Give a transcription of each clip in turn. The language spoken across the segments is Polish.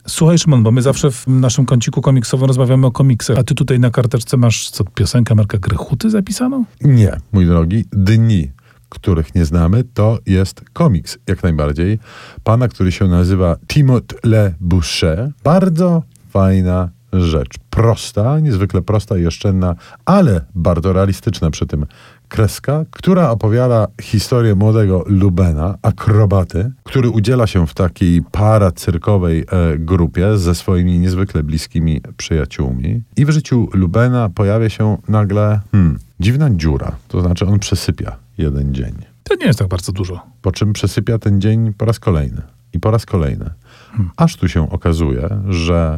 Słuchaj, Szymon, bo my zawsze w naszym kąciku komiksowym rozmawiamy o komiksach, a ty tutaj na karteczce masz piosenkę Marka Grechuty zapisaną? Nie, mój drogi, Dni, których nie znamy, to jest komiks, jak najbardziej. Pana, który się nazywa Timothée Le Boucher. Bardzo fajna rzecz. Prosta, niezwykle prosta i oszczędna, ale bardzo realistyczna przy tym kreska, która opowiada historię młodego Lubena, akrobaty, który udziela się w takiej paracyrkowej grupie ze swoimi niezwykle bliskimi przyjaciółmi. I w życiu Lubena pojawia się nagle dziwna dziura. To znaczy on przesypia jeden dzień. To nie jest tak bardzo dużo. Po czym przesypia ten dzień po raz kolejny. I po raz kolejny. Aż tu się okazuje, że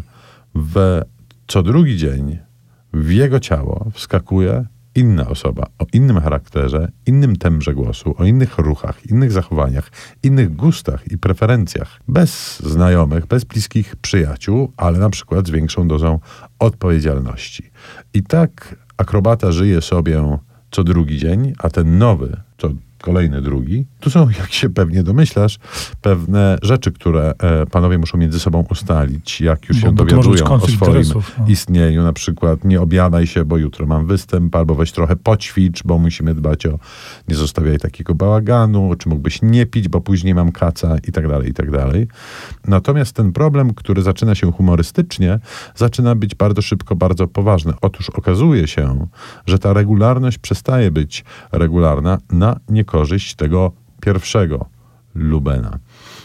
co drugi dzień w jego ciało wskakuje inna osoba o innym charakterze, innym tembrze głosu, o innych ruchach, innych zachowaniach, innych gustach i preferencjach. Bez znajomych, bez bliskich przyjaciół, ale na przykład z większą dozą odpowiedzialności. I tak akrobata żyje sobie co drugi dzień, a ten nowy, co kolejny drugi. Tu są, jak się pewnie domyślasz, pewne rzeczy, które panowie muszą między sobą ustalić, jak już się dowiadują o swoim istnieniu. Na przykład nie obiadaj się, bo jutro mam występ, albo weź trochę poćwicz, bo musimy dbać o nie zostawiaj takiego bałaganu, czy mógłbyś nie pić, bo później mam kaca i tak dalej, i tak dalej. Natomiast ten problem, który zaczyna się humorystycznie, zaczyna być bardzo szybko, bardzo poważny. Otóż okazuje się, że ta regularność przestaje być regularna na niekorzyść tego pierwszego Lubena.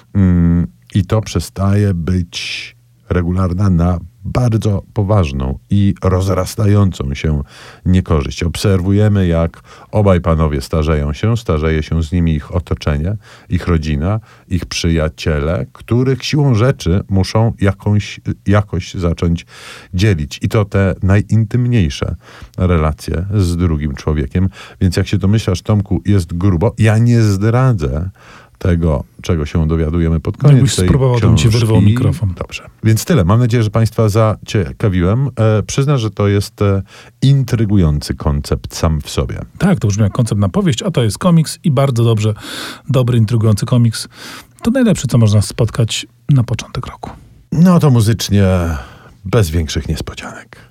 I to przestaje być regularna na bardzo poważną i rozrastającą się niekorzyść. Obserwujemy, jak obaj panowie starzeje się z nimi ich otoczenie, ich rodzina, ich przyjaciele, których siłą rzeczy muszą jakoś zacząć dzielić. I to te najintymniejsze relacje z drugim człowiekiem. Więc jak się domyślasz, Tomku, jest grubo. Ja nie zdradzę tego, czego się dowiadujemy pod koniec tej spróbował, książki. Ci wyrwał mikrofon. Dobrze. Więc tyle. Mam nadzieję, że Państwa zaciekawiłem. Przyznam, że to jest intrygujący koncept sam w sobie. Tak, to brzmi jak koncept na powieść, a to jest komiks i bardzo dobry, intrygujący komiks. To najlepsze, co można spotkać na początek roku. No to muzycznie bez większych niespodzianek.